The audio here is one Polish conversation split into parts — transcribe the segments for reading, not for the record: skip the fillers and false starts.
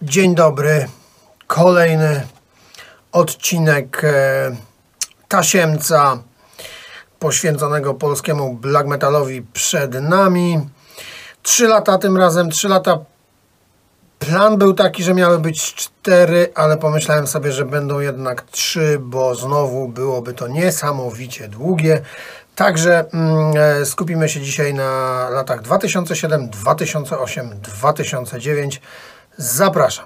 Dzień dobry, kolejny odcinek Tasiemca poświęconego polskiemu black metalowi przed nami. 3 lata tym razem, 3 lata. Plan był taki, że miały być 4, ale pomyślałem sobie, że będą jednak 3, bo znowu byłoby to niesamowicie długie. Także skupimy się dzisiaj na latach 2007, 2008, 2009. Zapraszam.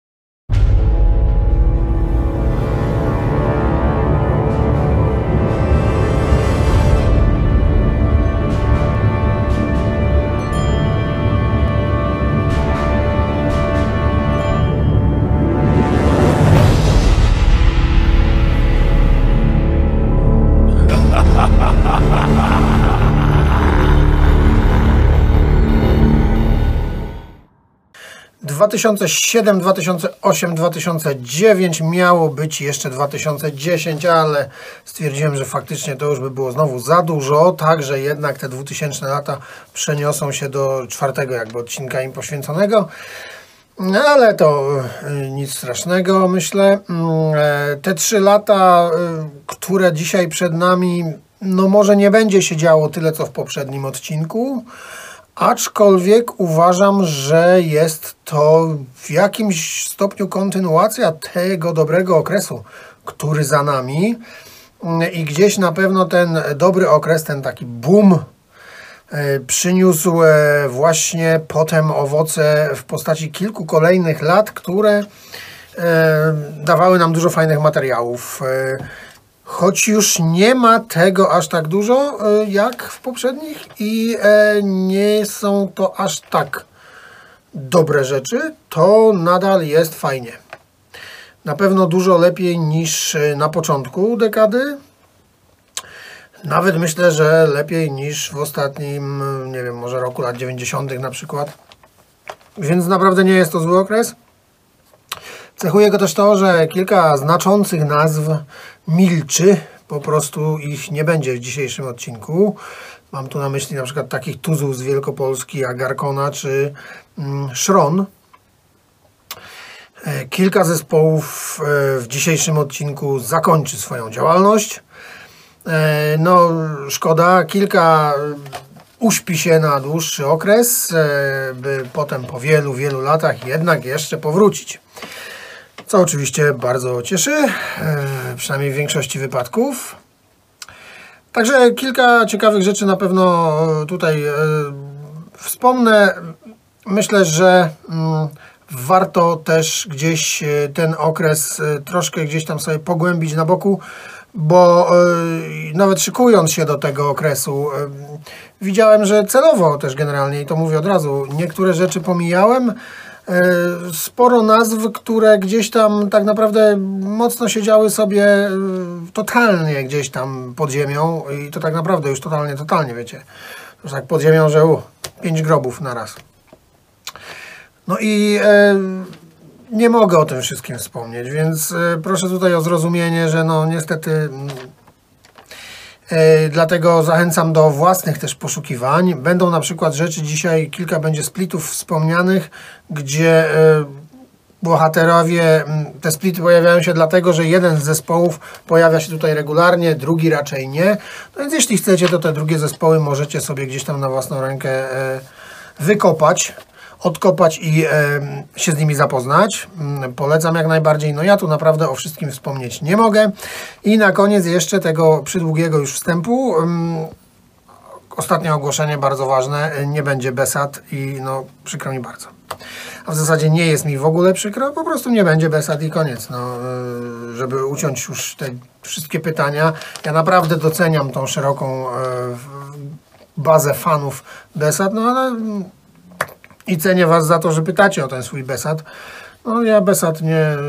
W 2007, 2008, 2009 miało być jeszcze 2010, ale stwierdziłem, że faktycznie to już by było znowu za dużo, także jednak te 2000 lata przeniosą się do 4. jakby odcinka im poświęconego. Ale to nic strasznego, myślę. Te 3 lata, które dzisiaj przed nami, no może nie będzie się działo tyle, co w poprzednim odcinku. Aczkolwiek uważam, że jest to w jakimś stopniu kontynuacja tego dobrego okresu, który za nami. I gdzieś na pewno ten dobry okres, ten taki boom przyniósł właśnie potem owoce w postaci kilku kolejnych lat, które dawały nam dużo fajnych materiałów. Choć już nie ma tego aż tak dużo jak w poprzednich i nie są to aż tak dobre rzeczy, to nadal jest fajnie. Na pewno dużo lepiej niż na początku dekady. Nawet myślę, że lepiej niż w ostatnim, nie wiem, może roku lat 90. na przykład. Więc naprawdę nie jest to zły okres. Cechuje go też to, że kilka znaczących nazw milczy, po prostu ich nie będzie w dzisiejszym odcinku. Mam tu na myśli na przykład takich tuzów z Wielkopolski jak Arkona czy Szron. Kilka zespołów w dzisiejszym odcinku zakończy swoją działalność. No szkoda, kilka uśpi się na dłuższy okres, by potem po wielu, wielu latach jednak jeszcze powrócić. Co oczywiście bardzo cieszy, przynajmniej w większości wypadków. Także kilka ciekawych rzeczy na pewno tutaj wspomnę. Myślę, że warto też gdzieś ten okres troszkę gdzieś tam sobie pogłębić na boku, bo nawet szykując się do tego okresu, widziałem, że celowo też generalnie, i to mówię od razu, niektóre rzeczy pomijałem. Sporo nazw, które gdzieś tam tak naprawdę mocno siedziały sobie totalnie gdzieś tam pod ziemią i to tak naprawdę już totalnie, wiecie. Już tak pod ziemią, że 5 grobów na raz. No i nie mogę o tym wszystkim wspomnieć, więc proszę tutaj o zrozumienie, że no niestety dlatego zachęcam do własnych też poszukiwań. Będą na przykład rzeczy, dzisiaj kilka będzie splitów wspomnianych, gdzie bohaterowie, te splity pojawiają się dlatego, że jeden z zespołów pojawia się tutaj regularnie, drugi raczej nie. No więc jeśli chcecie, to te drugie zespoły możecie sobie gdzieś tam na własną rękę wykopać, odkopać i się z nimi zapoznać. Polecam jak najbardziej. No ja tu naprawdę o wszystkim wspomnieć nie mogę. I na koniec jeszcze tego przydługiego już wstępu. Ostatnie ogłoszenie bardzo ważne. Nie będzie Besad i no przykro mi bardzo. A w zasadzie nie jest mi w ogóle przykro. Po prostu nie będzie Besad i koniec. No, żeby uciąć już te wszystkie pytania. Ja naprawdę doceniam tą szeroką bazę fanów Besad. No ale i cenię Was za to, że pytacie o ten swój Besad. No ja Besad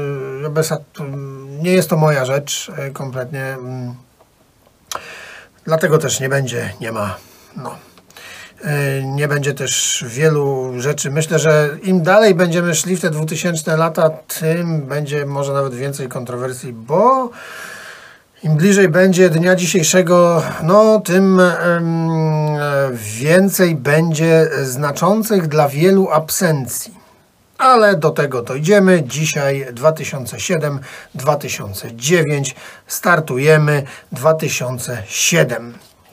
nie jest to moja rzecz kompletnie. Dlatego też nie ma. No. Nie będzie też wielu rzeczy. Myślę, że im dalej będziemy szli w te 2000 lata, tym będzie może nawet więcej kontrowersji, bo im bliżej będzie dnia dzisiejszego, no tym więcej będzie znaczących dla wielu absencji. ale do tego dojdziemy. Dzisiaj 2007-2009, startujemy 2007.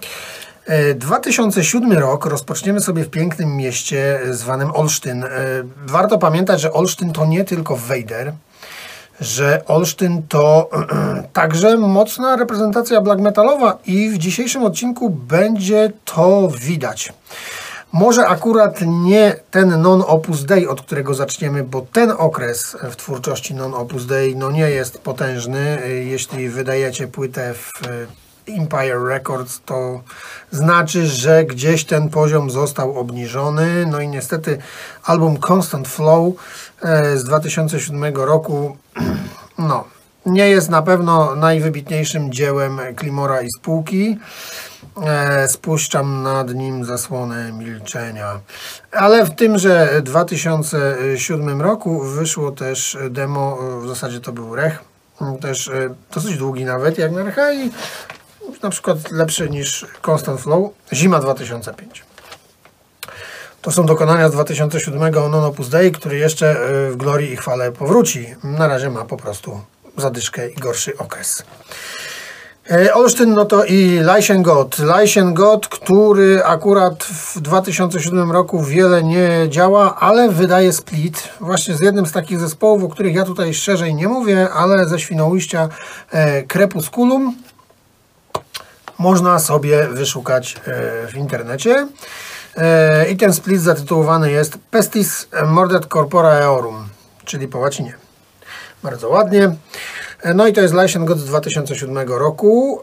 2007 rok rozpoczniemy sobie w pięknym mieście zwanym Olsztyn. Warto pamiętać, że Olsztyn to nie tylko Vader, że Olsztyn to także mocna reprezentacja black metalowa i w dzisiejszym odcinku będzie to widać. Może akurat nie ten Non Opus Dei, od którego zaczniemy, bo ten okres w twórczości Non Opus Dei no nie jest potężny. Jeśli wydajecie płytę w Empire Records, to znaczy, że gdzieś ten poziom został obniżony. No i niestety album Constant Flow z 2007 roku no, nie jest na pewno najwybitniejszym dziełem Climora i spółki. Spuszczam nad nim zasłonę milczenia. Ale w tymże 2007 roku wyszło też demo, w zasadzie to był Rech, też dosyć długi nawet jak na Recha i na przykład lepszy niż Constant Flow, Zima 2005. To są dokonania z 2007 Non Opus Dei, który jeszcze w glorii i chwale powróci. Na razie ma po prostu zadyszkę i gorszy okres. Olsztyn, no to i Leichengot, który akurat w 2007 roku wiele nie działa, ale wydaje split właśnie z jednym z takich zespołów, o których ja tutaj szerzej nie mówię, ale ze Świnoujścia Crepusculum można sobie wyszukać w internecie. I ten split zatytułowany jest Pestis Mordet Corpora Eorum, czyli po łacinie. Bardzo ładnie. No i to jest Leichengot z 2007 roku.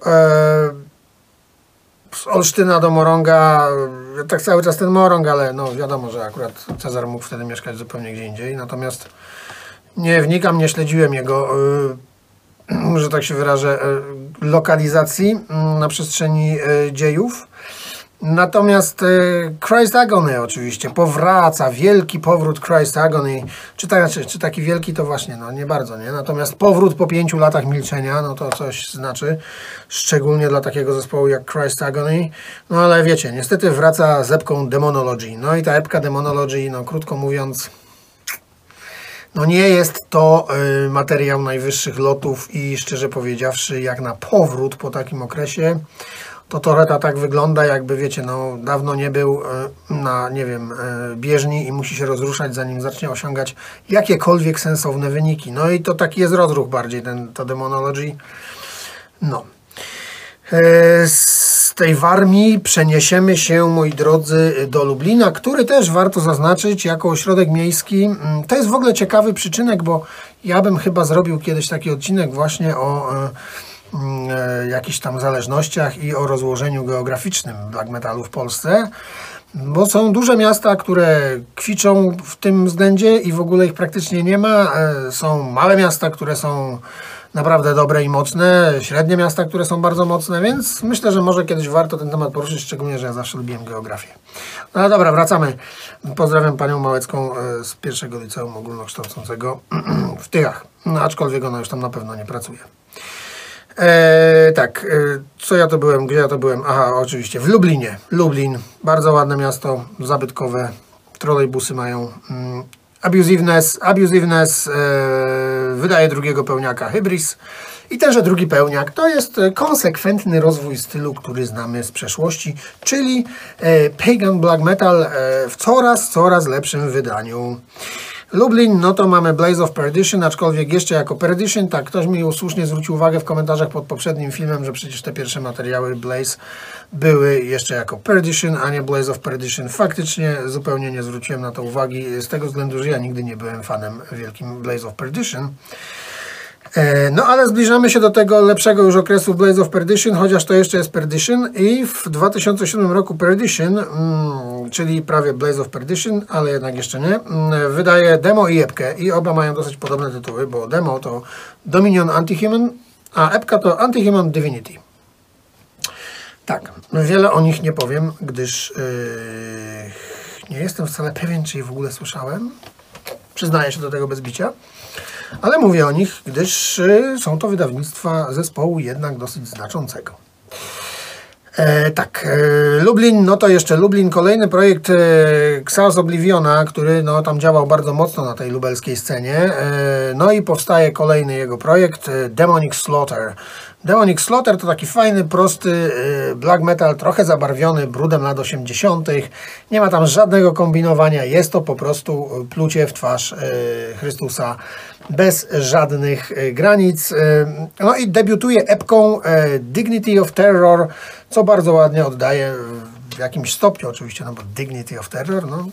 Z Olsztyna do Moronga, tak cały czas ten Morąg, ale no wiadomo, że akurat Cezar mógł wtedy mieszkać zupełnie gdzie indziej. Natomiast nie wnikam, nie śledziłem jego, że tak się wyrażę, lokalizacji na przestrzeni dziejów. Natomiast Christ Agony oczywiście powraca, wielki powrót Christ Agony, czy taki wielki to właśnie, no nie bardzo, nie? Natomiast powrót po 5 latach milczenia, no to coś znaczy, szczególnie dla takiego zespołu jak Christ Agony, no ale wiecie, niestety wraca z epką Demonology, no i ta epka Demonology, no krótko mówiąc, no nie jest to materiał najwyższych lotów i szczerze powiedziawszy, jak na powrót po takim okresie, to Toreta tak wygląda, jakby wiecie, no dawno nie był na, nie wiem, bieżni i musi się rozruszać, zanim zacznie osiągać jakiekolwiek sensowne wyniki. No i to taki jest rozruch bardziej, to Demonology. No. Z tej Warmii przeniesiemy się, moi drodzy, do Lublina, który też warto zaznaczyć jako ośrodek miejski. To jest w ogóle ciekawy przyczynek, bo ja bym chyba zrobił kiedyś taki odcinek właśnie o jakichś tam zależnościach i o rozłożeniu geograficznym black metalu w Polsce, bo są duże miasta, które kwiczą w tym względzie i w ogóle ich praktycznie nie ma. Są małe miasta, które są naprawdę dobre i mocne, średnie miasta, które są bardzo mocne, więc myślę, że może kiedyś warto ten temat poruszyć, szczególnie, że ja zawsze lubiłem geografię. No ale dobra, wracamy. Pozdrawiam panią Małecką z pierwszego liceum ogólnokształcącego w Tychach, no, aczkolwiek ona już tam na pewno nie pracuje. Tak, co ja to byłem, gdzie ja to byłem? Aha, oczywiście w Lublinie. Lublin, bardzo ładne miasto, zabytkowe, trolejbusy mają. Abusiveness wydaje drugiego pełniaka Hybris i tenże drugi pełniak to jest konsekwentny rozwój stylu, który znamy z przeszłości, czyli Pagan Black Metal w coraz lepszym wydaniu. Lublin, no to mamy Blaze of Perdition, aczkolwiek jeszcze jako Perdition, tak, ktoś mi słusznie zwrócił uwagę w komentarzach pod poprzednim filmem, że przecież te pierwsze materiały Blaze były jeszcze jako Perdition, a nie Blaze of Perdition. Faktycznie zupełnie nie zwróciłem na to uwagi, z tego względu, że ja nigdy nie byłem fanem wielkim Blaze of Perdition. No ale zbliżamy się do tego lepszego już okresu Blaze of Perdition, chociaż to jeszcze jest Perdition i w 2007 roku Perdition, czyli prawie Blaze of Perdition, ale jednak jeszcze nie, wydaje demo i epkę i oba mają dosyć podobne tytuły, bo demo to Dominion Antihuman, a epka to Antihuman Divinity. Tak, wiele o nich nie powiem, gdyż nie jestem wcale pewien, czy je w ogóle słyszałem. Przyznaję się do tego bez bicia. Ale mówię o nich, gdyż są to wydawnictwa zespołu jednak dosyć znaczącego. Lublin, no to jeszcze Lublin, kolejny projekt Xaos Obliviona, który no, tam działał bardzo mocno na tej lubelskiej scenie. No i powstaje kolejny jego projekt, Demonic Slaughter. Demonic Slaughter to taki fajny, prosty black metal, trochę zabarwiony brudem lat 80. Nie ma tam żadnego kombinowania, jest to po prostu plucie w twarz Chrystusa bez żadnych granic. No i debiutuje epką Dignity of Terror, co bardzo ładnie oddaje w jakimś stopniu oczywiście, no bo Dignity of Terror, no.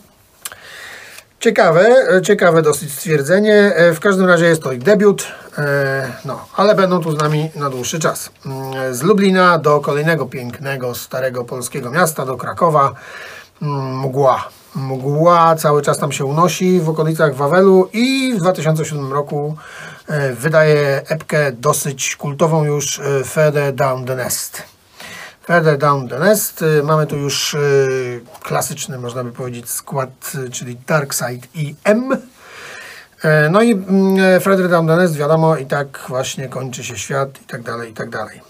Ciekawe dosyć stwierdzenie. W każdym razie jest to ich debiut, no, ale będą tu z nami na dłuższy czas. Z Lublina do kolejnego pięknego, starego polskiego miasta, do Krakowa, Mgła. Mgła cały czas tam się unosi w okolicach Wawelu i w 2007 roku wydaje epkę dosyć kultową już, Further Down the Nest. Further Down the Nest. Mamy tu już klasyczny, można by powiedzieć, skład, czyli Darkside i M. No i Further Down the Nest, wiadomo, i tak właśnie kończy się świat i tak dalej, i tak dalej.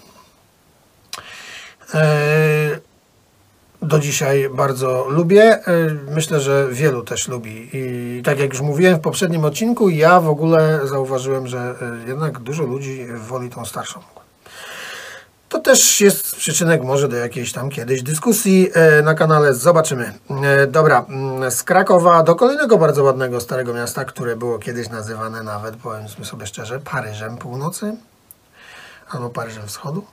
Do dzisiaj bardzo lubię. Myślę, że wielu też lubi. I tak jak już mówiłem w poprzednim odcinku, ja w ogóle zauważyłem, że jednak dużo ludzi woli tą starszą. To też jest przyczynek może do jakiejś tam kiedyś dyskusji na kanale. Zobaczymy. Dobra, z Krakowa do kolejnego bardzo ładnego starego miasta, które było kiedyś nazywane nawet, powiedzmy sobie szczerze, Paryżem Północy albo Paryżem Wschodu.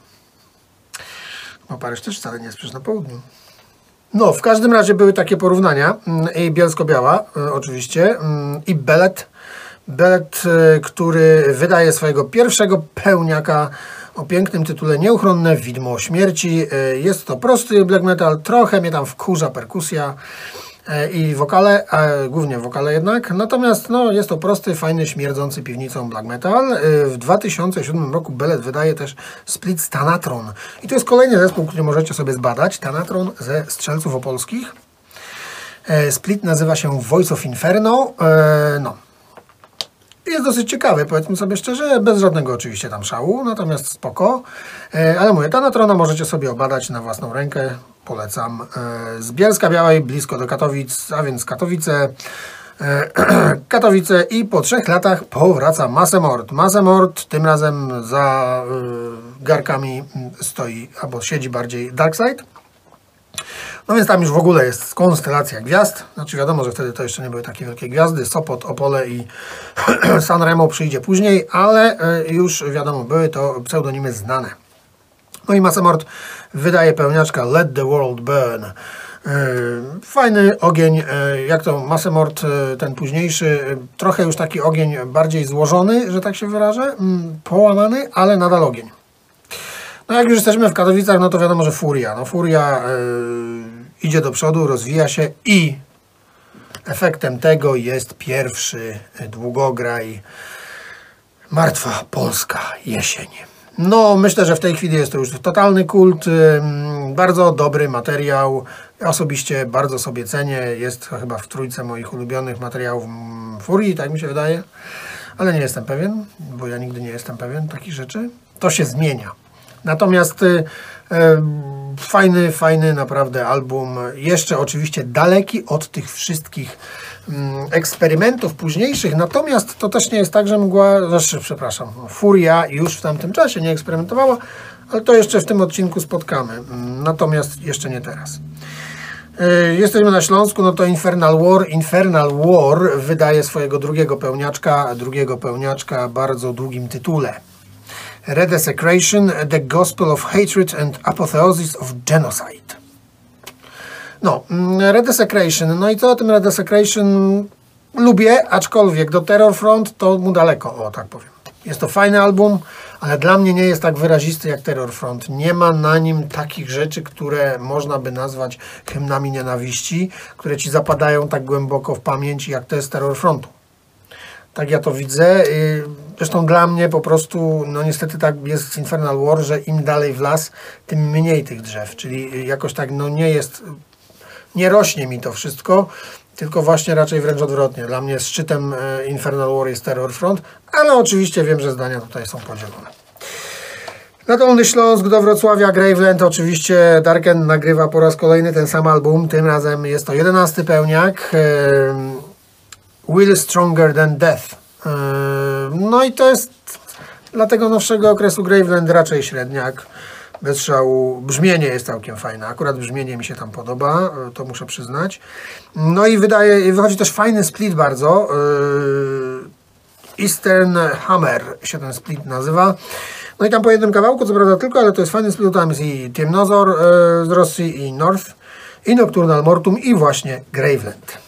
Bo Paryż też wcale nie jest przecież na południu. No, w każdym razie były takie porównania. I Bielsko-Biała oczywiście i Belet. Belet, który wydaje swojego pierwszego pełniaka o pięknym tytule Nieuchronne Widmo Śmierci. Jest to prosty black metal, trochę mnie tam wkurza perkusja i wokale, głównie wokale jednak. Natomiast no, jest to prosty, fajny, śmierdzący piwnicą black metal. W 2007 roku Belet wydaje też split Tanatron. I to jest kolejny zespół, który możecie sobie zbadać. Tanatron ze Strzelców Opolskich. Split nazywa się Voice of Inferno. No. Jest dosyć ciekawy, powiedzmy sobie szczerze, bez żadnego oczywiście tam szału, natomiast spoko. Ale mówię, Tanatrona możecie sobie obadać na własną rękę, polecam. Z Bielska Białej, blisko do Katowic, a więc Katowice. Katowice i po 3 latach powraca Massemord. Massemord, tym razem za garkami stoi, albo siedzi bardziej Darkside. No więc tam już w ogóle jest konstelacja gwiazd. Znaczy wiadomo, że wtedy to jeszcze nie były takie wielkie gwiazdy. Sopot, Opole i Sanremo przyjdzie później, ale już wiadomo, były to pseudonimy znane. No i Massemord wydaje pełniaczka Let the World Burn. Fajny ogień, jak to Massemord, ten późniejszy, trochę już taki ogień bardziej złożony, że tak się wyrażę, połamany, ale nadal ogień. No jak już jesteśmy w Katowicach, no to wiadomo, że Furia. No Furia idzie do przodu, rozwija się i efektem tego jest pierwszy długograj Martwa Polska Jesień. No myślę, że w tej chwili jest to już totalny kult, bardzo dobry materiał. Ja osobiście bardzo sobie cenię, jest chyba w trójce moich ulubionych materiałów Furii, tak mi się wydaje, ale nie jestem pewien, bo ja nigdy nie jestem pewien takich rzeczy. To się zmienia. Natomiast fajny naprawdę album, jeszcze oczywiście daleki od tych wszystkich eksperymentów późniejszych, natomiast to też nie jest tak, że Furia już w tamtym czasie nie eksperymentowała, ale to jeszcze w tym odcinku spotkamy, natomiast jeszcze nie teraz. Jesteśmy na Śląsku, no to Infernal War wydaje swojego drugiego pełniaczka bardzo długim tytule. Redesecration, The Gospel of Hatred and Apotheosis of Genocide. No, Redesecration. No i co o tym Redesecration? Lubię, aczkolwiek do Terror Front to mu daleko, o tak powiem. Jest to fajny album, ale dla mnie nie jest tak wyrazisty jak Terror Front. Nie ma na nim takich rzeczy, które można by nazwać hymnami nienawiści, które ci zapadają tak głęboko w pamięć, jak to jest Terror Frontu. Tak ja to widzę. Zresztą dla mnie po prostu, no niestety tak jest z Infernal War, że im dalej w las, tym mniej tych drzew. Czyli jakoś tak, no nie rośnie mi to wszystko, tylko właśnie raczej wręcz odwrotnie. Dla mnie szczytem Infernal War jest Terror Front, ale oczywiście wiem, że zdania tutaj są podzielone. Na Dolny Śląsk do Wrocławia Graveland oczywiście Darken nagrywa po raz kolejny ten sam album, tym razem jest to 11. pełniak, Will Stronger Than Death. No i to jest dla tego nowszego okresu Graveland raczej średniak, bez szału. Brzmienie jest całkiem fajne, akurat brzmienie mi się tam podoba, to muszę przyznać. No i wychodzi też fajny split bardzo, Eastern Hammer się ten split nazywa. No i tam po jednym kawałku, co prawda tylko, ale to jest fajny split, tam jest i Temnozor z Rosji, i North, i Nocturnal Mortum, i właśnie Graveland.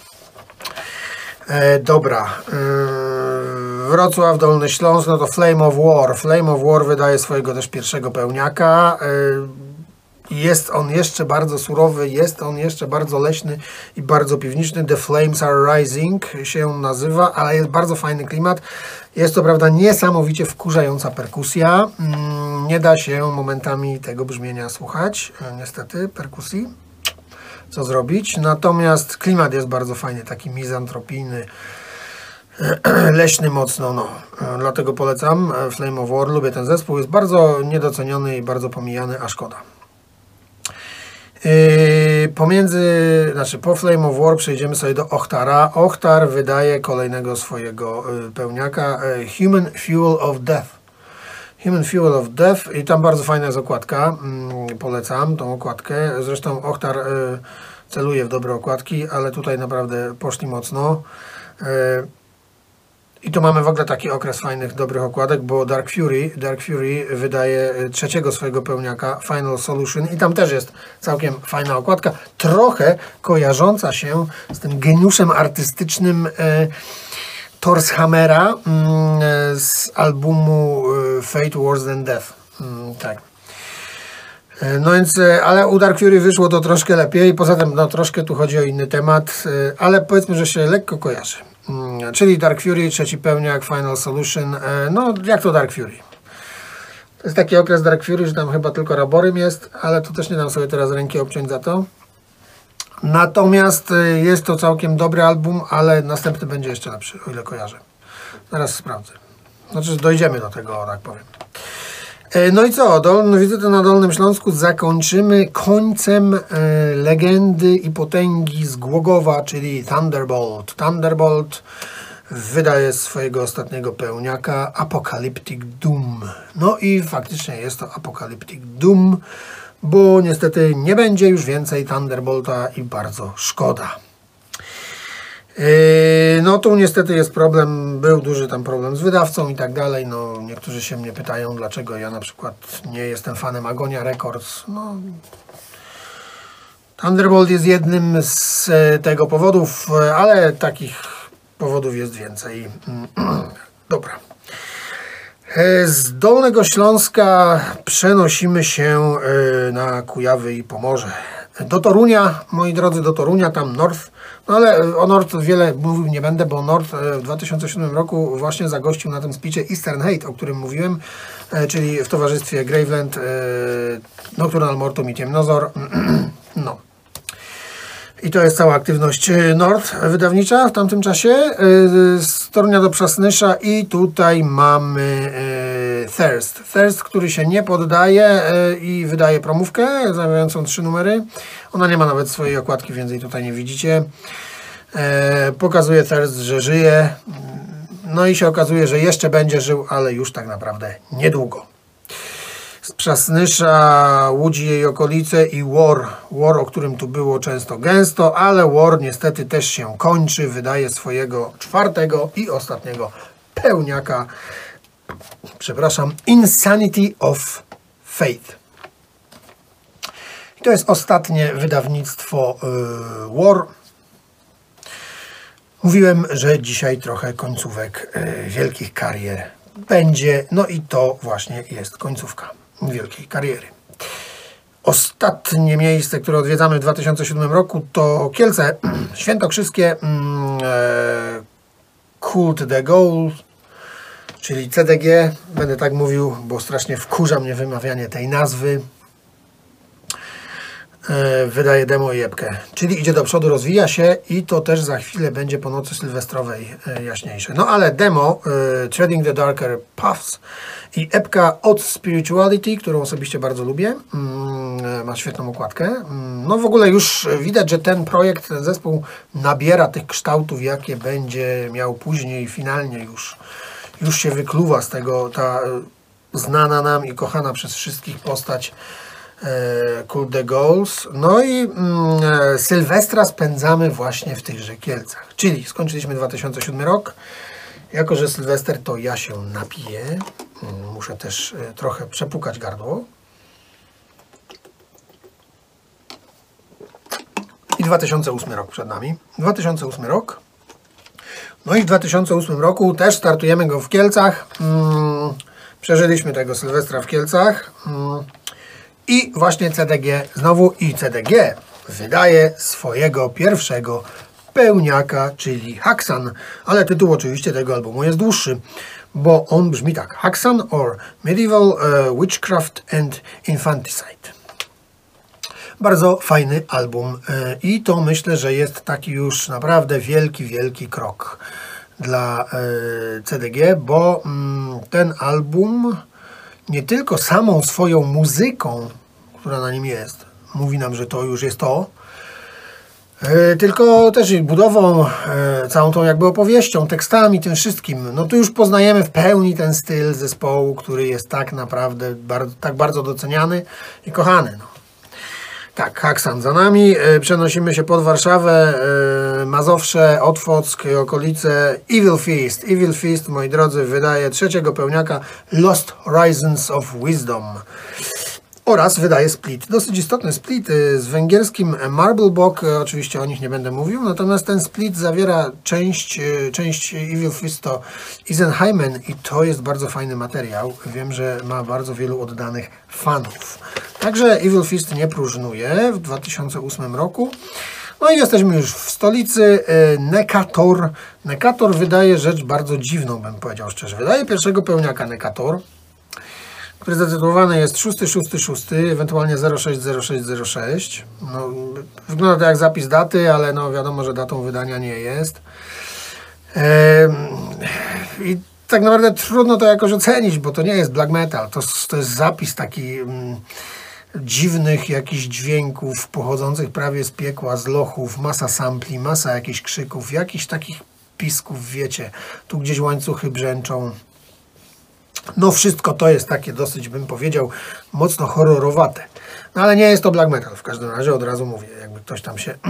Dobra, Wrocław, Dolny Śląsk, no to Flame of War. Flame of War wydaje swojego też pierwszego pełniaka. Jest on jeszcze bardzo surowy, jest on jeszcze bardzo leśny i bardzo piwniczny. The Flames Are Rising się nazywa, ale jest bardzo fajny klimat. Jest to prawda niesamowicie wkurzająca perkusja. Nie da się momentami tego brzmienia słuchać, niestety, perkusji. Co zrobić? Natomiast klimat jest bardzo fajny, taki mizantropijny, leśny mocno, no. Dlatego polecam Flame of War, lubię ten zespół, jest bardzo niedoceniony i bardzo pomijany, a szkoda. Po Flame of War przejdziemy sobie do Ochtara. Ochtar wydaje kolejnego swojego pełniaka, Human Fuel of Death. Human Fuel of Death i tam bardzo fajna jest okładka, polecam tą okładkę. Zresztą Ochtar celuje w dobre okładki, ale tutaj naprawdę poszli mocno. I tu mamy w ogóle taki okres fajnych, dobrych okładek, bo Dark Fury wydaje trzeciego swojego pełniaka, Final Solution, i tam też jest całkiem fajna okładka, trochę kojarząca się z tym geniuszem artystycznym Torshammera z albumu Fate Worse Than Death. Tak. No więc, ale u Dark Fury wyszło to troszkę lepiej, poza tym no, troszkę tu chodzi o inny temat, ale powiedzmy, że się lekko kojarzy. Czyli Dark Fury, trzeci pełniak, Final Solution, no jak to Dark Fury? To jest taki okres Dark Fury, że tam chyba tylko Raborym jest, ale tu też nie dam sobie teraz ręki obciąć za to. Natomiast jest to całkiem dobry album, ale następny będzie jeszcze lepszy, o ile kojarzę. Zaraz sprawdzę. Znaczy dojdziemy do tego, tak powiem. No i co? Wizytę na Dolnym Śląsku zakończymy końcem legendy i potęgi z Głogowa, czyli Thunderbolt. Thunderbolt wydaje swojego ostatniego pełniaka, Apocalyptic Doom. No i faktycznie jest to Apocalyptic Doom, bo niestety nie będzie już więcej Thunderbolta i bardzo szkoda. No tu niestety jest problem, był duży tam problem z wydawcą i tak dalej. No niektórzy się mnie pytają, dlaczego ja na przykład nie jestem fanem Agonia Records. No, Thunderbolt jest jednym z tego powodów, ale takich powodów jest więcej. Dobra. Z Dolnego Śląska przenosimy się na Kujawy i Pomorze. Do Torunia, moi drodzy, do Torunia, tam North. No ale o North wiele mówił nie będę, bo North w 2007 roku właśnie zagościł na tym splicie Eastern Hate, o którym mówiłem, czyli w towarzystwie Graveland, Nocturnal Mortum i Temnozor. No. I to jest cała aktywność North wydawnicza w tamtym czasie. Z Torunia do Przasnysza i tutaj mamy Thirst, który się nie poddaje i wydaje promówkę zawierającą 3 numery. Ona nie ma nawet swojej okładki, więc jej tutaj nie widzicie. Pokazuje Thirst, że żyje. No i się okazuje, że jeszcze będzie żył, ale już tak naprawdę niedługo. Z Przasnysza, Łódź i jej okolice i War, o którym tu było często gęsto, ale War niestety też się kończy, wydaje swojego 4. i ostatniego pełniaka, przepraszam, Insanity of Faith. I to jest ostatnie wydawnictwo War. Mówiłem, że dzisiaj trochę końcówek wielkich karier będzie, no i to właśnie jest końcówka wielkiej kariery. Ostatnie miejsce, które odwiedzamy w 2007 roku, to Kielce Świętokrzyskie, Cult the Goal, czyli CDG. Będę tak mówił, bo strasznie wkurza mnie wymawianie tej nazwy. wydaje demo i epkę, czyli idzie do przodu, rozwija się i to też za chwilę będzie po nocy sylwestrowej jaśniejsze. No ale demo Treading the Darker Paths i epka od Spirituality, którą osobiście bardzo lubię, ma świetną okładkę. No w ogóle już widać, że ten projekt, ten zespół nabiera tych kształtów, jakie będzie miał później, finalnie już się wykluwa z tego ta znana nam i kochana przez wszystkich postać Kurt the Ghouls. No i Sylwestra spędzamy właśnie w tychże Kielcach. Czyli skończyliśmy 2007 rok. Jako że Sylwester, to ja się napiję. Muszę też trochę przepukać gardło. I 2008 rok przed nami. 2008 rok. No i w 2008 roku też startujemy go w Kielcach. Przeżyliśmy tego Sylwestra w Kielcach. I właśnie CDG, znowu i CDG wydaje swojego pierwszego pełniaka, czyli Haxan, ale tytuł oczywiście tego albumu jest dłuższy, bo on brzmi tak: Haxan or Medieval Witchcraft and Infanticide. Bardzo fajny album i to myślę, że jest taki już naprawdę wielki, wielki krok dla CDG, bo ten album nie tylko samą swoją muzyką, która na nim jest, mówi nam, że to już jest to, tylko też ich budową, całą tą jakby opowieścią, tekstami, tym wszystkim. No tu już poznajemy w pełni ten styl zespołu, który jest tak naprawdę tak bardzo doceniany i kochany. No. Tak, Haxan za nami. Przenosimy się pod Warszawę, Mazowsze, Otwock, okolice. Evil Feast. Evil Feast, moi drodzy, wydaje trzeciego pełniaka Lost Horizons of Wisdom. Oraz wydaje split. Dosyć istotny split z węgierskim Marblebock. Oczywiście o nich nie będę mówił. Natomiast ten split zawiera część Evil Feast to Isenheimen i to jest bardzo fajny materiał. Wiem, że ma bardzo wielu oddanych fanów. Także Evil Feast nie próżnuje w 2008 roku. No i jesteśmy już w stolicy. Nekator. Nekator wydaje rzecz bardzo dziwną, bym powiedział szczerze. Wydaje pierwszego pełniaka Nekator, który zatytułowany jest 6.6.6, ewentualnie 06.06.06. No, wygląda to jak zapis daty, ale no wiadomo, że datą wydania nie jest. I tak naprawdę trudno to jakoś ocenić, bo to nie jest black metal. To jest zapis taki dziwnych jakichś dźwięków pochodzących prawie z piekła, z lochów, masa sampli, masa jakichś krzyków, jakichś takich pisków, wiecie, tu gdzieś łańcuchy brzęczą. No wszystko to jest takie dosyć, bym powiedział, mocno horrorowate. No ale nie jest to black metal, w każdym razie od razu mówię, jakby ktoś tam się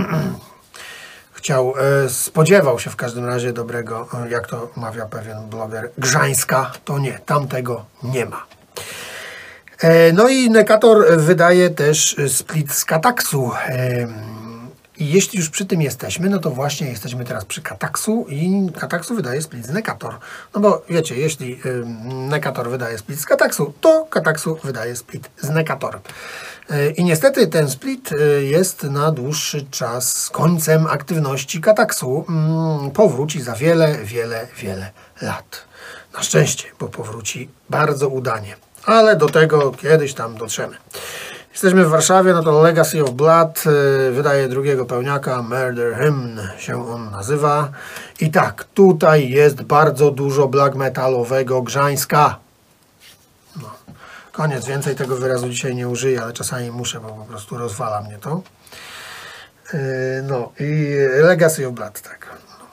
spodziewał się w każdym razie dobrego, jak to mawia pewien bloger, grzańska, to nie, tamtego nie ma. No i Nekator wydaje też split z Kataksu. I jeśli już przy tym jesteśmy, no to właśnie jesteśmy teraz przy Kataksu i Kataksu wydaje split z Nekator. No bo wiecie, jeśli Nekator wydaje split z Kataksu, to Kataksu wydaje split z Nekator. I niestety ten split jest na dłuższy czas końcem aktywności Kataksu. Powróci za wiele, wiele, wiele lat. Na szczęście, bo powróci bardzo udanie. Ale do tego kiedyś tam dotrzemy. Jesteśmy w Warszawie, no to Legacy of Blood wydaje drugiego pełniaka, Murder Hymn się on nazywa. I tak, tutaj jest bardzo dużo black metalowego grzańska. No, koniec, więcej tego wyrazu dzisiaj nie użyję, ale czasami muszę, bo po prostu rozwala mnie to. No i Legacy of Blood, tak.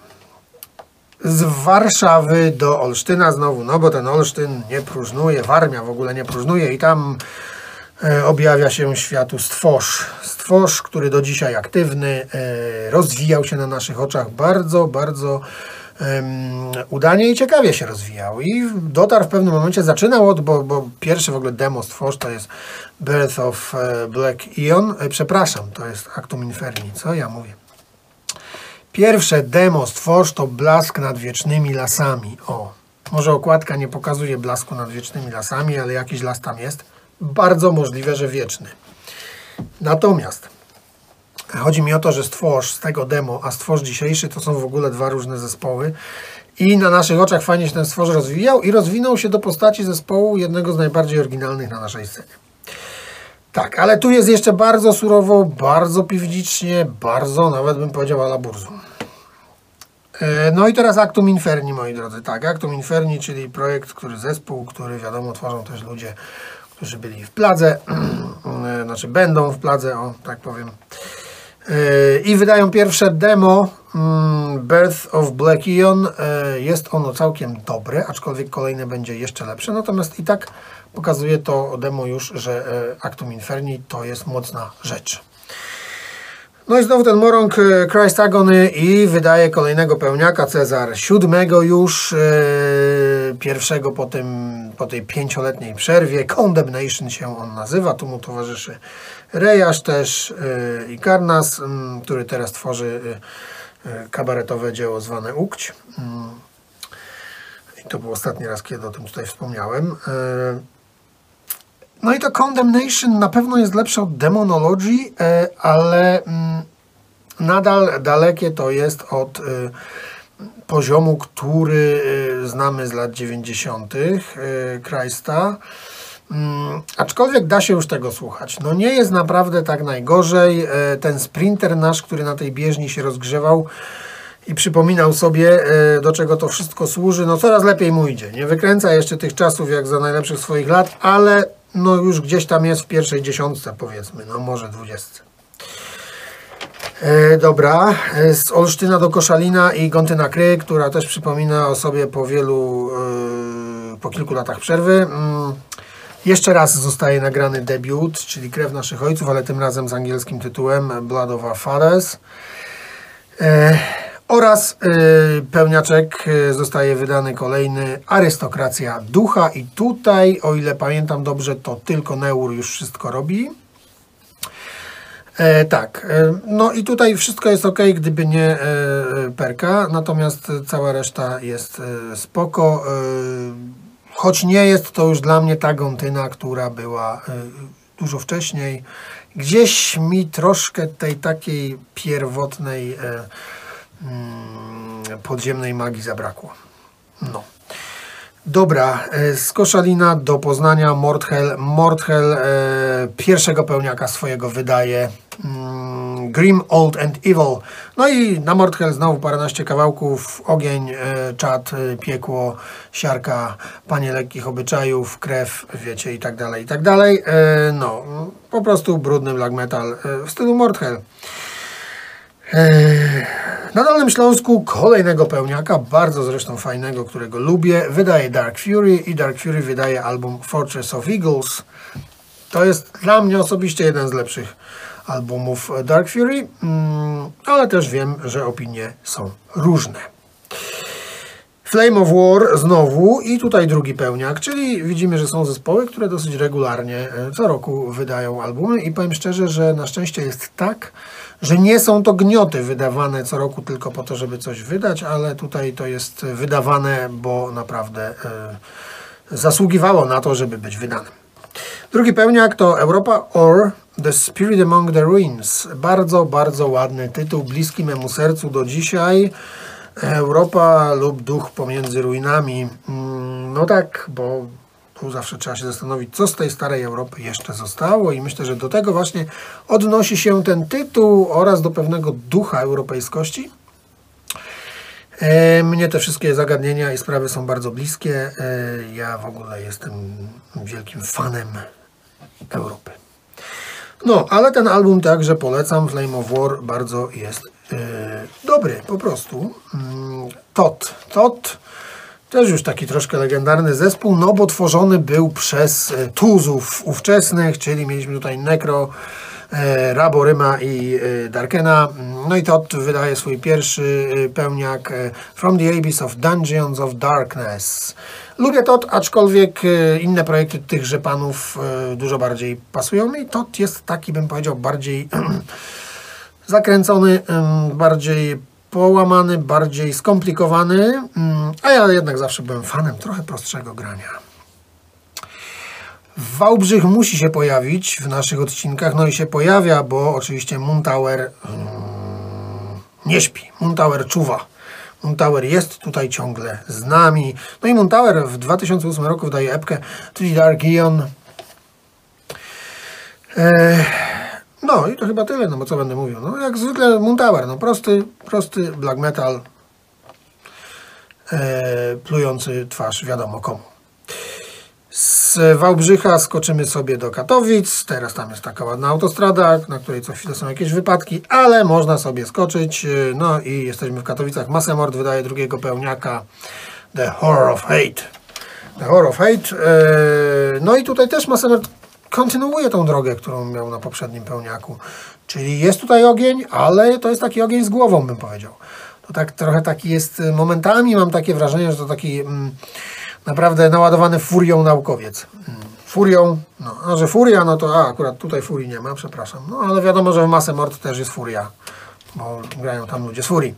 Z Warszawy do Olsztyna znowu, no bo ten Olsztyn nie próżnuje, Warmia w ogóle nie próżnuje i tam objawia się światu Stworz. Stworz, który do dzisiaj aktywny, rozwijał się na naszych oczach bardzo, bardzo udanie i ciekawie się rozwijał. I dotarł w pewnym momencie, zaczynał bo pierwszy w ogóle demo Stworz to jest Birth of Black Eon. Przepraszam, to jest Actum Inferni, co ja mówię? Pierwsze demo Stworz to Blask nad Wiecznymi Lasami. O, może okładka nie pokazuje blasku nad Wiecznymi Lasami, ale jakiś las tam jest. Bardzo możliwe, że wieczny. Natomiast chodzi mi o to, że Stworz z tego demo, a Stworz dzisiejszy to są w ogóle dwa różne zespoły. I na naszych oczach fajnie się ten Stworz rozwijał i rozwinął się do postaci zespołu jednego z najbardziej oryginalnych na naszej scenie. Tak, ale tu jest jeszcze bardzo surowo, bardzo piwnicznie, bardzo, nawet bym powiedział, a la burzu. No i teraz Actum Inferni, moi drodzy. Tak, Actum Inferni, czyli projekt, zespół, który wiadomo tworzą też ludzie, którzy byli w Pladze, znaczy będą w Pladze, o tak powiem. I wydają pierwsze demo Birth of Black Eon. Jest ono całkiem dobre, aczkolwiek kolejne będzie jeszcze lepsze. Natomiast i tak pokazuje to demo już, że Actum Inferni to jest mocna rzecz. No i znowu ten morąg Christ Agony i wydaje kolejnego pełniaka, Cezar, 7 już, pierwszego po tej 5-letniej przerwie. Condemnation się on nazywa, tu mu towarzyszy Rejasz też i Karnas, który teraz tworzy kabaretowe dzieło zwane Ukć. I to był ostatni raz, kiedy o tym tutaj wspomniałem. No i to Condemnation na pewno jest lepsze od Demonology, ale nadal dalekie to jest od poziomu, który znamy z lat 90. Christa. Aczkolwiek da się już tego słuchać. No nie jest naprawdę tak najgorzej. Ten sprinter nasz, który na tej bieżni się rozgrzewał i przypominał sobie, do czego to wszystko służy, no coraz lepiej mu idzie. Nie wykręca jeszcze tych czasów jak za najlepszych swoich lat, ale no już gdzieś tam jest w pierwszej dziesiątce, powiedzmy, no może 20. Dobra, z Olsztyna do Koszalina i Gontyna Kry, która też przypomina o sobie po kilku latach przerwy. Jeszcze raz zostaje nagrany debiut, czyli Krew naszych ojców, ale tym razem z angielskim tytułem Blood of Our Fathers. Oraz pełniaczek zostaje wydany kolejny Arystokracja Ducha i tutaj, o ile pamiętam dobrze, to tylko Neur już wszystko robi. Tak, no i tutaj wszystko jest ok, gdyby nie perka, natomiast cała reszta jest spoko, choć nie jest to już dla mnie ta Gontyna, która była dużo wcześniej. Gdzieś mi troszkę tej takiej pierwotnej podziemnej magii zabrakło. No. Dobra, z Koszalina do Poznania Mordhel pierwszego pełniaka swojego wydaje Grim, Old and Evil. No i na Mordhel znowu paręnaście kawałków, ogień, czad, piekło, siarka, panie lekkich obyczajów, krew, wiecie, i tak dalej, i tak dalej. No, po prostu brudny black metal w stylu Mordhel. Na Dolnym Śląsku kolejnego pełniaka, bardzo zresztą fajnego, którego lubię, wydaje Dark Fury i Dark Fury wydaje album Fortress of Eagles. To jest dla mnie osobiście jeden z lepszych albumów Dark Fury, ale też wiem, że opinie są różne. Flame of War znowu i tutaj drugi pełniak, czyli widzimy, że są zespoły, które dosyć regularnie co roku wydają albumy i powiem szczerze, że na szczęście jest tak, że nie są to gnioty wydawane co roku tylko po to, żeby coś wydać, ale tutaj to jest wydawane, bo naprawdę zasługiwało na to, żeby być wydanym. Drugi pełniak to Europa or The Spirit Among the Ruins. Bardzo, bardzo ładny tytuł, bliski memu sercu do dzisiaj. Europa lub duch pomiędzy ruinami. No tak, bo tu zawsze trzeba się zastanowić, co z tej starej Europy jeszcze zostało i myślę, że do tego właśnie odnosi się ten tytuł oraz do pewnego ducha europejskości. Mnie te wszystkie zagadnienia i sprawy są bardzo bliskie. Ja w ogóle jestem wielkim fanem Europy. No, ale ten album także polecam. Flame of War bardzo jest dobry, po prostu. Tot też już taki troszkę legendarny zespół, no bo tworzony był przez Tuzów ówczesnych, czyli mieliśmy tutaj Necro, Raboryma i Darkena. No i Tot wydaje swój pierwszy pełniak From the Abyss of Dungeons of Darkness. Lubię Tot, aczkolwiek inne projekty tychże panów dużo bardziej pasują i Tot jest taki, bym powiedział, bardziej zakręcony, bardziej połamany, bardziej skomplikowany, a ja jednak zawsze byłem fanem trochę prostszego grania. Wałbrzych musi się pojawić w naszych odcinkach, no i się pojawia, bo oczywiście Moontower nie śpi, Moontower czuwa. Moontower jest tutaj ciągle z nami. No i Moontower w 2008 roku wydaje epkę, czyli Dark Eon. No i to chyba tyle, no bo co będę mówił. No jak zwykle Moontower, no prosty black metal, plujący twarz wiadomo komu. Z Wałbrzycha skoczymy sobie do Katowic. Teraz tam jest taka ładna autostrada, na której co chwilę są jakieś wypadki, ale można sobie skoczyć. No i jesteśmy w Katowicach. Massemord wydaje drugiego pełniaka, The Horror of Hate. The Horror of Hate. No i tutaj też Massemord kontynuuje tą drogę, którą miał na poprzednim pełniaku. Czyli jest tutaj ogień, ale to jest taki ogień z głową, bym powiedział. To tak trochę taki jest, momentami mam takie wrażenie, że to taki naprawdę naładowany furią naukowiec. Furią, no, a że furia, no to akurat tutaj furii nie ma, przepraszam. No ale wiadomo, że w Massemord też jest furia, bo grają tam ludzie z furii.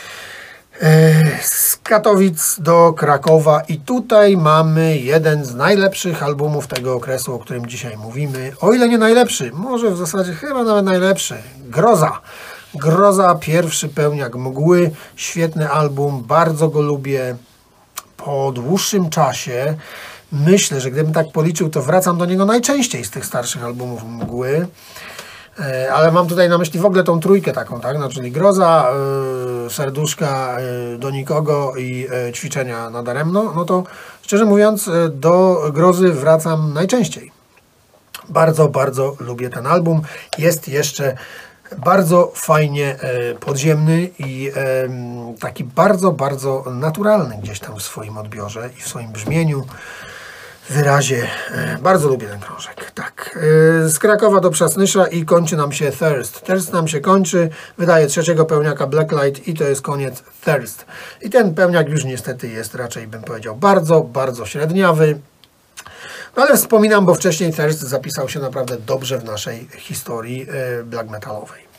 Z Katowic do Krakowa i tutaj mamy jeden z najlepszych albumów tego okresu, o którym dzisiaj mówimy. O ile nie najlepszy, może w zasadzie chyba nawet najlepszy. Groza. Groza, pierwszy pełniak Mgły. Świetny album, bardzo go lubię. Po dłuższym czasie myślę, że gdybym tak policzył, to wracam do niego najczęściej z tych starszych albumów Mgły. Ale mam tutaj na myśli w ogóle tą trójkę taką, tak? No, czyli Groza, Serduszka do nikogo i Ćwiczenia nadaremno. No to szczerze mówiąc do Grozy wracam najczęściej. Bardzo, bardzo lubię ten album. Jest jeszcze bardzo fajnie podziemny i taki bardzo, bardzo naturalny gdzieś tam w swoim odbiorze i w swoim brzmieniu, wyrazie. Bardzo lubię ten krążek. Tak. Z Krakowa do Przasnysza i kończy nam się Thirst. Thirst nam się kończy, wydaje trzeciego pełniaka Blacklight i to jest koniec Thirst. I ten pełniak już niestety jest raczej, bym powiedział, bardzo, bardzo średniawy. No ale wspominam, bo wcześniej Thirst zapisał się naprawdę dobrze w naszej historii black metalowej.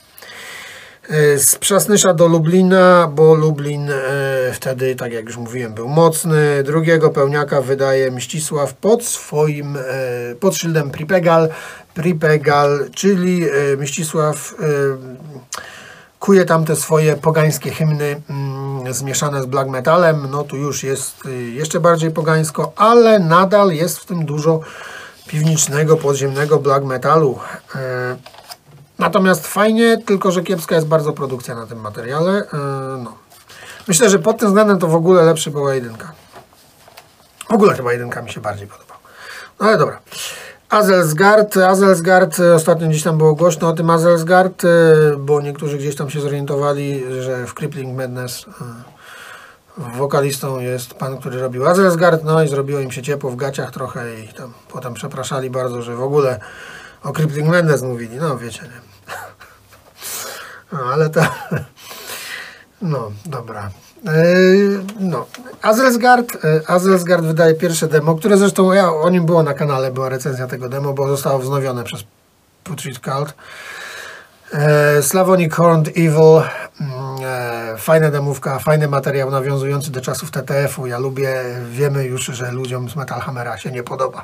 Z Przasnysza do Lublina, bo Lublin wtedy, tak jak już mówiłem, był mocny. Drugiego pełniaka wydaje Mścisław pod szyldem Pripegal. Pripegal, czyli Mścisław kuje tam te swoje pogańskie hymny zmieszane z black metalem. No tu już jest jeszcze bardziej pogańsko, ale nadal jest w tym dużo piwnicznego, podziemnego black metalu. Natomiast fajnie, tylko że kiepska jest bardzo produkcja na tym materiale. No. Myślę, że pod tym względem to w ogóle lepszy była jedynka. W ogóle chyba jedynka mi się bardziej podobał. No ale dobra. Azelsgard, ostatnio gdzieś tam było głośno o tym Azelsgard, bo niektórzy gdzieś tam się zorientowali, że w Crippling Madness wokalistą jest pan, który robił Azelsgard, no i zrobiło im się ciepło w gaciach trochę i tam potem przepraszali bardzo, że w ogóle o Crippling Madness mówili, no wiecie, nie? No, ale to... No, dobra. No, Azelsgard wydaje pierwsze demo, które zresztą o nim było na kanale, była recenzja tego demo, bo zostało wznowione przez Putrid Cult. Slavonic Horned Evil, fajna demówka, fajny materiał nawiązujący do czasów TTF-u. Ja lubię, wiemy już, że ludziom z Metal Hammera się nie podoba.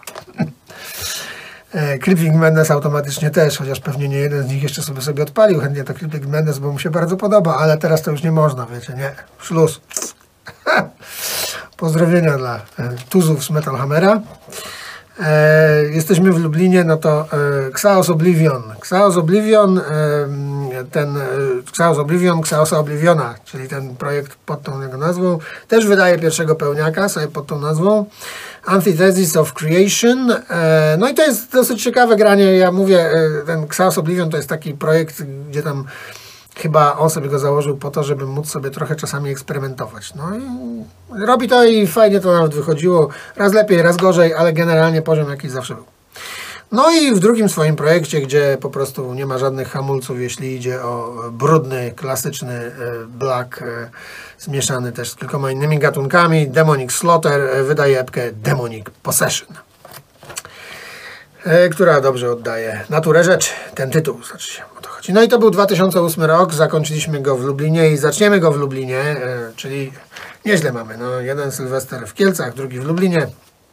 Crippling Madness automatycznie też, chociaż pewnie nie jeden z nich jeszcze sobie odpalił chętnie to Crippling Madness, bo mu się bardzo podoba, ale teraz to już nie można, wiecie, nie? Szluz. Pozdrowienia dla tuzów z Metal Hammera. Jesteśmy w Lublinie, no to Xaos Oblivion. Xaos Obliviona, czyli ten projekt pod tą jego nazwą, też wydaje pierwszego pełniaka sobie pod tą nazwą. Antithesis of Creation. No i to jest dosyć ciekawe granie. Ja mówię, ten Xaos Oblivion to jest taki projekt, gdzie tam chyba on sobie go założył po to, żeby móc sobie trochę czasami eksperymentować. No i robi to i fajnie to nawet wychodziło. Raz lepiej, raz gorzej, ale generalnie poziom jakiś zawsze był. No i w drugim swoim projekcie, gdzie po prostu nie ma żadnych hamulców, jeśli idzie o brudny, klasyczny black, zmieszany też z kilkoma innymi gatunkami, Demonic Slaughter wydaje epkę Demonic Possession, która dobrze oddaje naturę rzeczy. Ten tytuł, znaczy się o to chodzi. No i to był 2008 rok, zakończyliśmy go w Lublinie i zaczniemy go w Lublinie, czyli nieźle mamy. No, jeden Sylwester w Kielcach, drugi w Lublinie.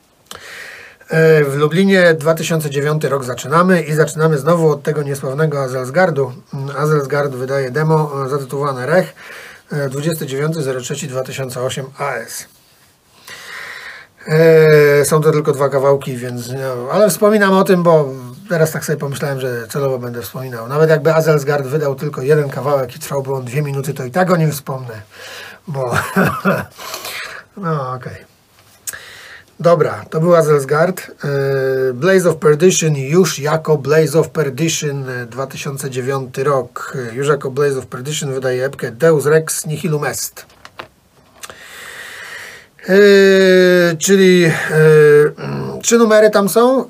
W Lublinie 2009 rok zaczynamy i zaczynamy znowu od tego niesławnego Azelsgardu. Azelsgard wydaje demo zatytułowane Rech 29.03.2008 AS. Są to tylko 2 kawałki, więc no, ale wspominam o tym, bo teraz tak sobie pomyślałem, że celowo będę wspominał. Nawet jakby Azelsgard wydał tylko 1 kawałek i trwałby on 2 minuty, to i tak o nim wspomnę, bo no okej. Dobra, to był Azelsgard. Blaze of Perdition już jako Blaze of Perdition 2009 rok. Już jako Blaze of Perdition wydaje epkę Deus Rex Nihilum Est. Czyli 3 numery tam są.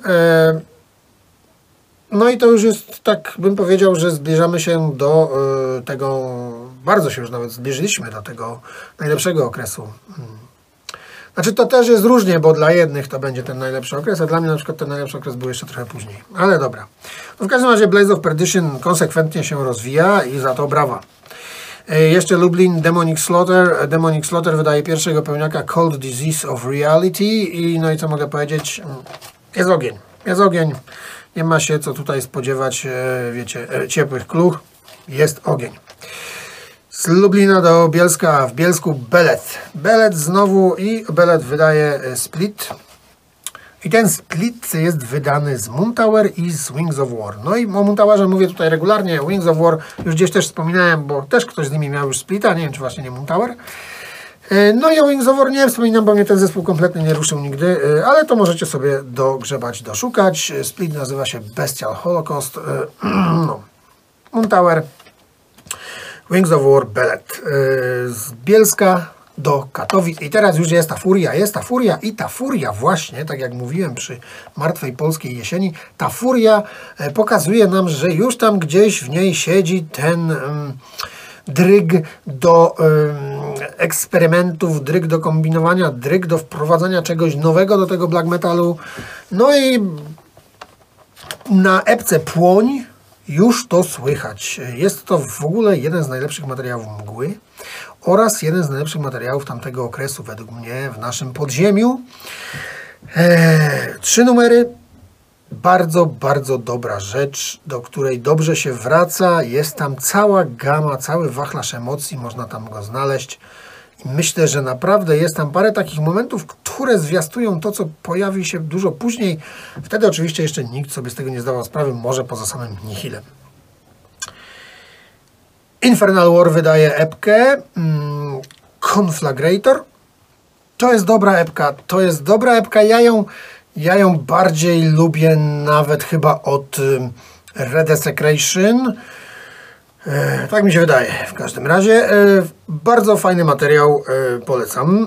No i to już jest, tak bym powiedział, że zbliżamy się do tego, bardzo się już nawet zbliżyliśmy do tego najlepszego okresu. Znaczy to też jest różnie, bo dla jednych to będzie ten najlepszy okres, a dla mnie na przykład ten najlepszy okres był jeszcze trochę później. Ale dobra. No w każdym razie Blaze of Perdition konsekwentnie się rozwija i za to brawa. Jeszcze Lublin, Demonic Slaughter. Demonic Slaughter wydaje pierwszego pełniaka Cold Disease of Reality i no i co mogę powiedzieć? Jest ogień. Jest ogień. Nie ma się co tutaj spodziewać, wiecie, ciepłych kluch. Jest ogień. Z Lublina do Bielska, w Bielsku Belet. Belet znowu i Belet wydaje Split. I ten Split jest wydany z Moontower i z Wings of War. No i o Moontowerze mówię tutaj regularnie. Wings of War już gdzieś też wspominałem, bo też ktoś z nimi miał już Splita. Nie wiem, czy właśnie nie Moontower. No i o Wings of War nie wspominam, bo mnie ten zespół kompletnie nie ruszył nigdy, ale to możecie sobie dogrzebać, doszukać. Split nazywa się Bestial Holocaust. No. Moontower, Wings of War, Belet. Z Bielska do Katowic. I teraz już jest ta furia i ta furia właśnie, tak jak mówiłem przy martwej polskiej jesieni, ta furia pokazuje nam, że już tam gdzieś w niej siedzi ten dryg do eksperymentów, dryg do kombinowania, dryg do wprowadzania czegoś nowego do tego black metalu. No i na epce Płoń już to słychać. Jest to w ogóle jeden z najlepszych materiałów Mgły oraz jeden z najlepszych materiałów tamtego okresu według mnie w naszym podziemiu. 3 numery. Bardzo, bardzo dobra rzecz, do której dobrze się wraca. Jest tam cała gama, cały wachlarz emocji, można tam go znaleźć. I myślę, że naprawdę jest tam parę takich momentów, które zwiastują to, co pojawi się dużo później. Wtedy oczywiście jeszcze nikt sobie z tego nie zdawał sprawy, może poza samym Nihilem. Infernal War wydaje epkę Conflagrator. To jest dobra epka, ja ją bardziej lubię nawet chyba od Redesecration. Tak mi się wydaje. W każdym razie bardzo fajny materiał, polecam.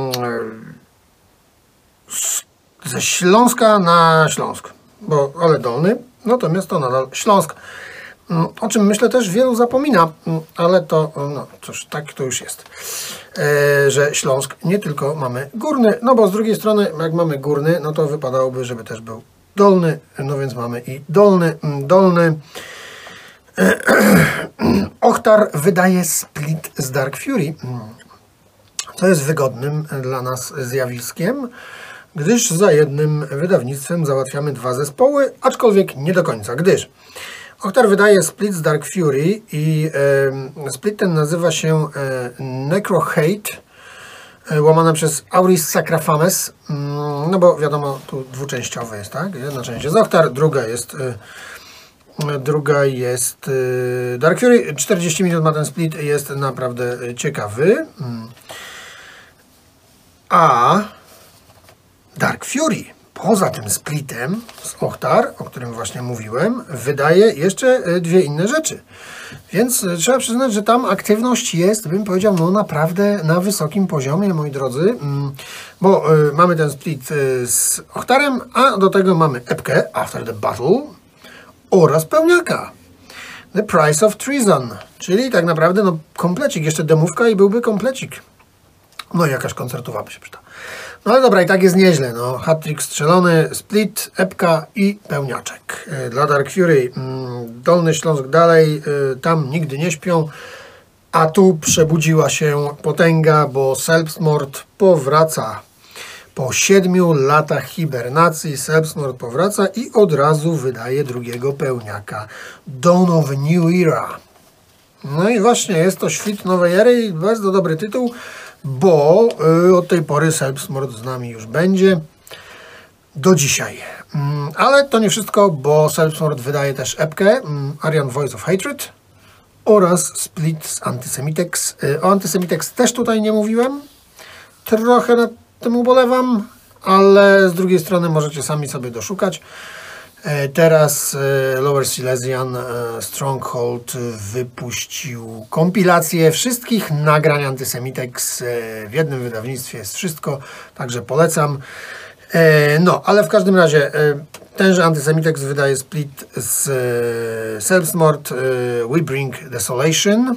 Ze Śląska na Śląsk, ale dolny, natomiast to nadal Śląsk. O czym myślę też wielu zapomina, ale to, no cóż, tak to już jest, że Śląsk nie tylko mamy górny, no bo z drugiej strony jak mamy górny, no to wypadałoby, żeby też był dolny, no więc mamy i dolny. Ochtar wydaje Split z Dark Fury, co jest wygodnym dla nas zjawiskiem, gdyż za jednym wydawnictwem załatwiamy 2 zespoły, aczkolwiek nie do końca, gdyż Ochtar wydaje Split z Dark Fury i split ten nazywa się Necro Hate, łamane przez Auris Sacrafames, no bo wiadomo, tu dwuczęściowy jest, tak? Jedna część jest Ochtar, druga jest Dark Fury. 40 minut ma ten split, jest naprawdę ciekawy. A Dark Fury poza tym splitem z Ochtar, o którym właśnie mówiłem, wydaje jeszcze 2 inne rzeczy. Więc trzeba przyznać, że tam aktywność jest, bym powiedział, no naprawdę na wysokim poziomie, moi drodzy, bo mamy ten split z Ochtarem, a do tego mamy epkę After the Battle oraz pełniaka The Price of Treason, czyli tak naprawdę no, komplecik, jeszcze demówka i byłby komplecik. No i jakaś koncertowa by się przydała. No ale dobra, i tak jest nieźle. No, hat-trick strzelony, split, epka i pełniaczek. Dla Dark Fury Dolny Śląsk dalej, tam nigdy nie śpią, a tu przebudziła się potęga, bo Selfsmord powraca. Po 7 latach hibernacji Selfsmord powraca i od razu wydaje drugiego pełniaka. Dawn of a New Era. No i właśnie jest to świt nowej ery i bardzo dobry tytuł, bo od tej pory Selfsmord z nami już będzie. do dzisiaj. Ale to nie wszystko, bo Selfsmord wydaje też epkę Aryan Voice of Hatred oraz split z Antisemitex. O Antisemitex też tutaj nie mówiłem. Trochę nad tym ubolewam, ale z drugiej strony możecie sami sobie doszukać. Teraz Lower Silesian Stronghold wypuścił kompilację wszystkich nagrań Antisemitex w jednym wydawnictwie. Jest wszystko, także polecam. No, ale w każdym razie tenże Antisemitex wydaje split z Selfsmord We Bring Desolation.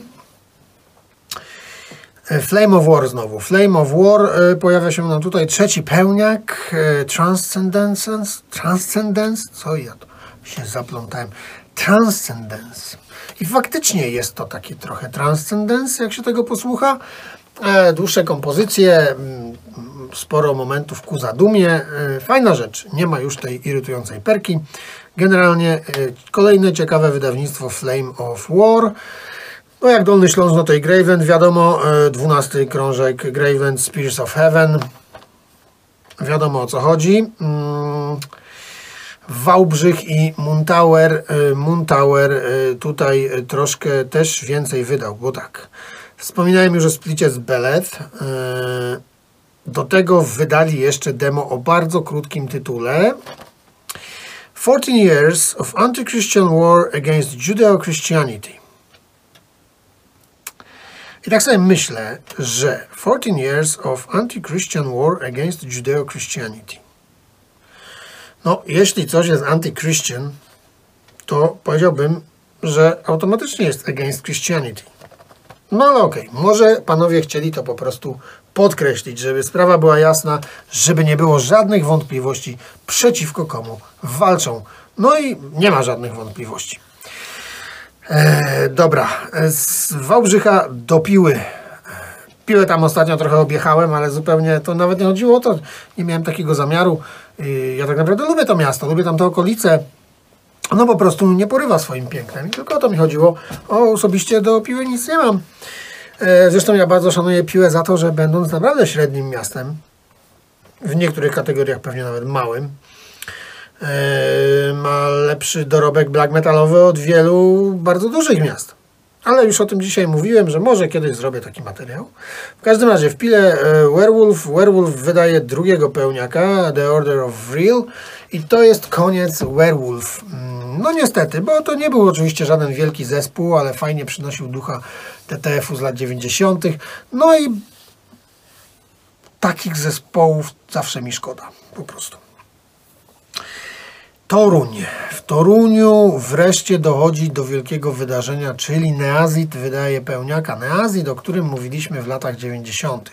Flame of War znowu. Flame of War pojawia się nam tutaj trzeci pełniak. Transcendence? Co ja to się zaplątałem? Transcendence. I faktycznie jest to takie trochę Transcendence, jak się tego posłucha. Dłuższe kompozycje, sporo momentów ku zadumie. Fajna rzecz. Nie ma już tej irytującej perki. Generalnie kolejne ciekawe wydawnictwo Flame of War. No jak Dolny Śląsk, no to i Gravent, wiadomo, 12 krążek Gravent, Spears of Heaven, wiadomo o co chodzi. Wałbrzych i Moontower tutaj troszkę też więcej wydał, bo tak, wspominałem już o splicie z Beleth, do tego wydali jeszcze demo o bardzo krótkim tytule 14 Years of Anti-Christian War Against Judeo-Christianity. I tak sobie myślę, że 14 Years of Anti-Christian War Against Judeo-Christianity. No, jeśli coś jest anti-Christian, to powiedziałbym, że automatycznie jest against Christianity. No ale okej, może panowie chcieli to po prostu podkreślić, żeby sprawa była jasna, żeby nie było żadnych wątpliwości, przeciwko komu walczą. No i nie ma żadnych wątpliwości. Dobra, z Wałbrzycha do Piły. Piłę tam ostatnio trochę objechałem, ale zupełnie to nawet nie chodziło o to. Nie miałem takiego zamiaru. Ja tak naprawdę lubię to miasto, lubię tam te okolice. No po prostu nie porywa swoim pięknem. I tylko o to mi chodziło. Osobiście do Piły nic nie mam. Zresztą ja bardzo szanuję Piłę za to, że będąc naprawdę średnim miastem, w niektórych kategoriach pewnie nawet małym, ma lepszy dorobek black metalowy od wielu bardzo dużych miast. Ale już o tym dzisiaj mówiłem, że może kiedyś zrobię taki materiał. W każdym razie w Pile Werewolf wydaje drugiego pełniaka, The Order of Vril, i to jest koniec Werewolf. No niestety, bo to nie był oczywiście żaden wielki zespół, ale fajnie przynosił ducha TTF-u z lat 90. No i takich zespołów zawsze mi szkoda, po prostu. Toruń. W Toruniu wreszcie dochodzi do wielkiego wydarzenia, czyli Neazit wydaje pełniaka. Neazit, o którym mówiliśmy w latach 90.,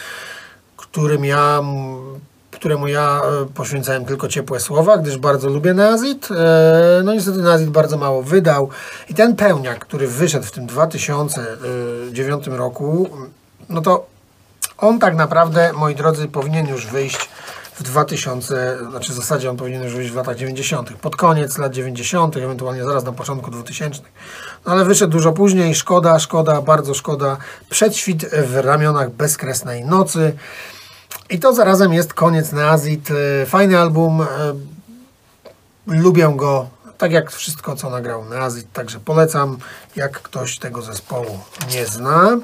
któremu ja poświęcałem tylko ciepłe słowa, gdyż bardzo lubię Neazit. No niestety Neazit bardzo mało wydał. I ten pełniak, który wyszedł w tym 2009 roku, no to on tak naprawdę, moi drodzy, powinien już wyjść w zasadzie on powinien już wyjść w latach 90., pod koniec lat 90., ewentualnie zaraz na początku 2000. No ale wyszedł dużo później, szkoda, bardzo szkoda. Przedświt w ramionach bezkresnej nocy. I to zarazem jest koniec Neazit. Fajny album, lubię go, tak jak wszystko, co nagrał Neazit, także polecam, jak ktoś tego zespołu nie zna.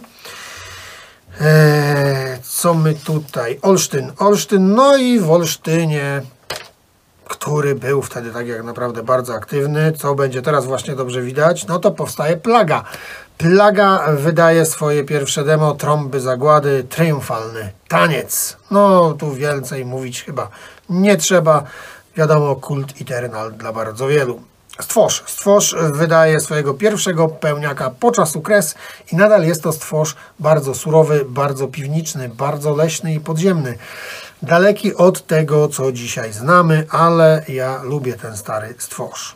Co my tutaj? Olsztyn, no i w Olsztynie, który był wtedy tak jak naprawdę bardzo aktywny, co będzie teraz właśnie dobrze widać, no to powstaje Plaga. Plaga wydaje swoje pierwsze demo, Trąby Zagłady, Triumfalny Taniec. No tu więcej mówić chyba nie trzeba, wiadomo, kult Eternal dla bardzo wielu. Stwórz wydaje swojego pierwszego pełniaka po czasu Kres i nadal jest to stwórz bardzo surowy, bardzo piwniczny, bardzo leśny i podziemny. Daleki od tego, co dzisiaj znamy, ale ja lubię ten stary stwórz.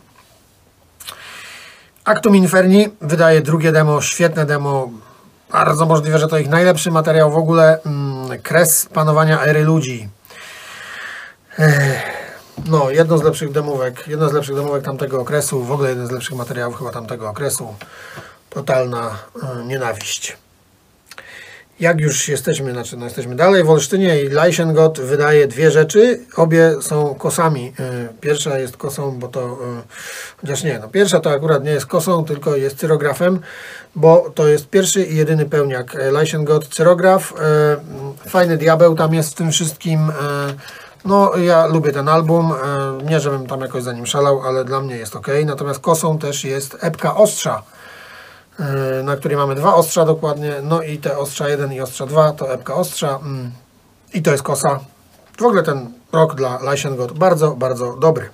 Actum Inferni wydaje drugie demo, świetne demo, bardzo możliwe, że to ich najlepszy materiał w ogóle. Kres panowania ery ludzi. No, jedno z lepszych demówek tamtego okresu, w ogóle jeden z lepszych materiałów chyba tamtego okresu. Totalna nienawiść. Jak już jesteśmy, znaczy no jesteśmy dalej w Olsztynie i Leichengot wydaje dwie rzeczy, obie są kosami. Pierwsza jest kosą, bo to, chociaż nie, no pierwsza to akurat nie jest kosą, tylko jest cyrografem, bo to jest pierwszy i jedyny pełniak Leichengot cyrograf. Fajny diabeł tam jest w tym wszystkim. No ja lubię ten album, nie żebym tam jakoś za nim szalał, ale dla mnie jest ok. Natomiast kosą też jest epka ostrza, na której mamy dwa ostrza dokładnie, no i te ostrza 1 i ostrza 2 to epka ostrza i to jest kosa. W ogóle ten rok dla Leichengot bardzo, bardzo dobry.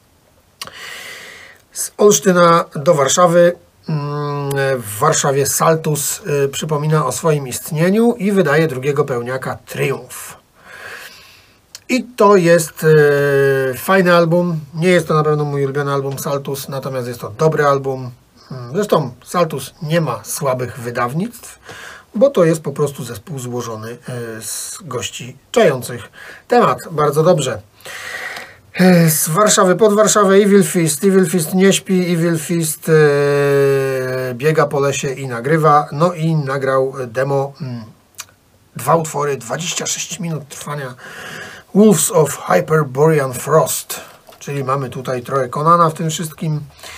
Z Olsztyna do Warszawy. W Warszawie Saltus przypomina o swoim istnieniu i wydaje drugiego pełniaka Triumf. I to jest fajny album. Nie jest to na pewno mój ulubiony album Saltus, natomiast jest to dobry album. Zresztą Saltus nie ma słabych wydawnictw, bo to jest po prostu zespół złożony z gości czających temat. Bardzo dobrze. Z Warszawy pod Warszawę Evil Fist. Evil Fist nie śpi, Evil Fist biega po lesie i nagrywa. No i nagrał demo, dwa utwory, 26 minut trwania. Wolves of Hyperborean Frost. Czyli mamy tutaj trochę Conana w tym wszystkim.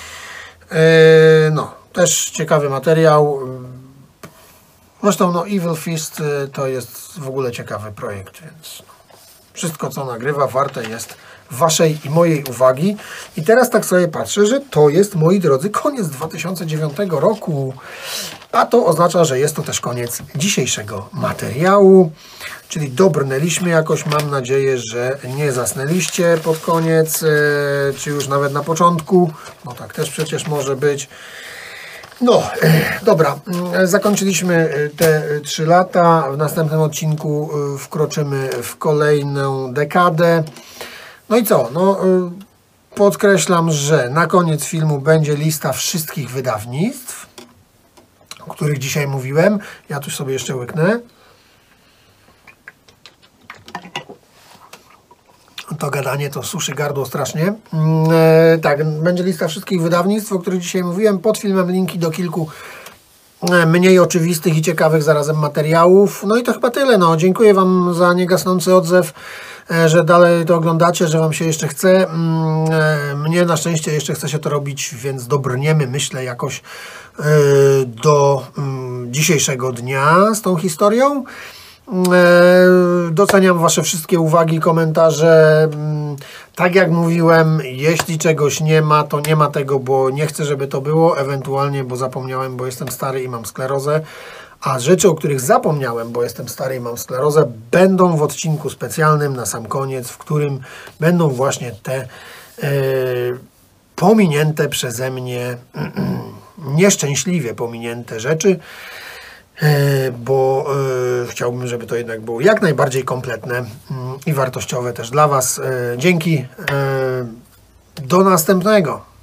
No, też ciekawy materiał. Zresztą no, Evil Fist to jest w ogóle ciekawy projekt, więc wszystko co nagrywa warte jest waszej i mojej uwagi. I teraz tak sobie patrzę, że to jest, moi drodzy, koniec 2009 roku. A to oznacza, że jest to też koniec dzisiejszego materiału. Czyli dobrnęliśmy jakoś, mam nadzieję, że nie zasnęliście pod koniec, czy już nawet na początku, bo tak też przecież może być. No, dobra, zakończyliśmy te 3 lata. W następnym odcinku wkroczymy w kolejną dekadę. No i co? No, podkreślam, że na koniec filmu będzie lista wszystkich wydawnictw, o których dzisiaj mówiłem. Ja tu sobie jeszcze łyknę. To gadanie to suszy gardło strasznie. Tak, będzie lista wszystkich wydawnictw, o których dzisiaj mówiłem. Pod filmem linki do kilku mniej oczywistych i ciekawych zarazem materiałów. No i to chyba tyle. No, dziękuję wam za niegasnący odzew, że dalej to oglądacie, że wam się jeszcze chce. Mnie na szczęście jeszcze chce się to robić, więc dobrniemy, myślę, jakoś do dzisiejszego dnia z tą historią. Doceniam wasze wszystkie uwagi, komentarze. Tak jak mówiłem, jeśli czegoś nie ma, to nie ma tego, bo nie chcę, żeby to było, ewentualnie, bo zapomniałem, bo jestem stary i mam sklerozę. A rzeczy, o których zapomniałem, bo jestem stary i mam sklerozę, będą w odcinku specjalnym na sam koniec, w którym będą właśnie te pominięte przeze mnie, nieszczęśliwie pominięte rzeczy, bo chciałbym, żeby to jednak było jak najbardziej kompletne i wartościowe też dla was. Dzięki. Do następnego.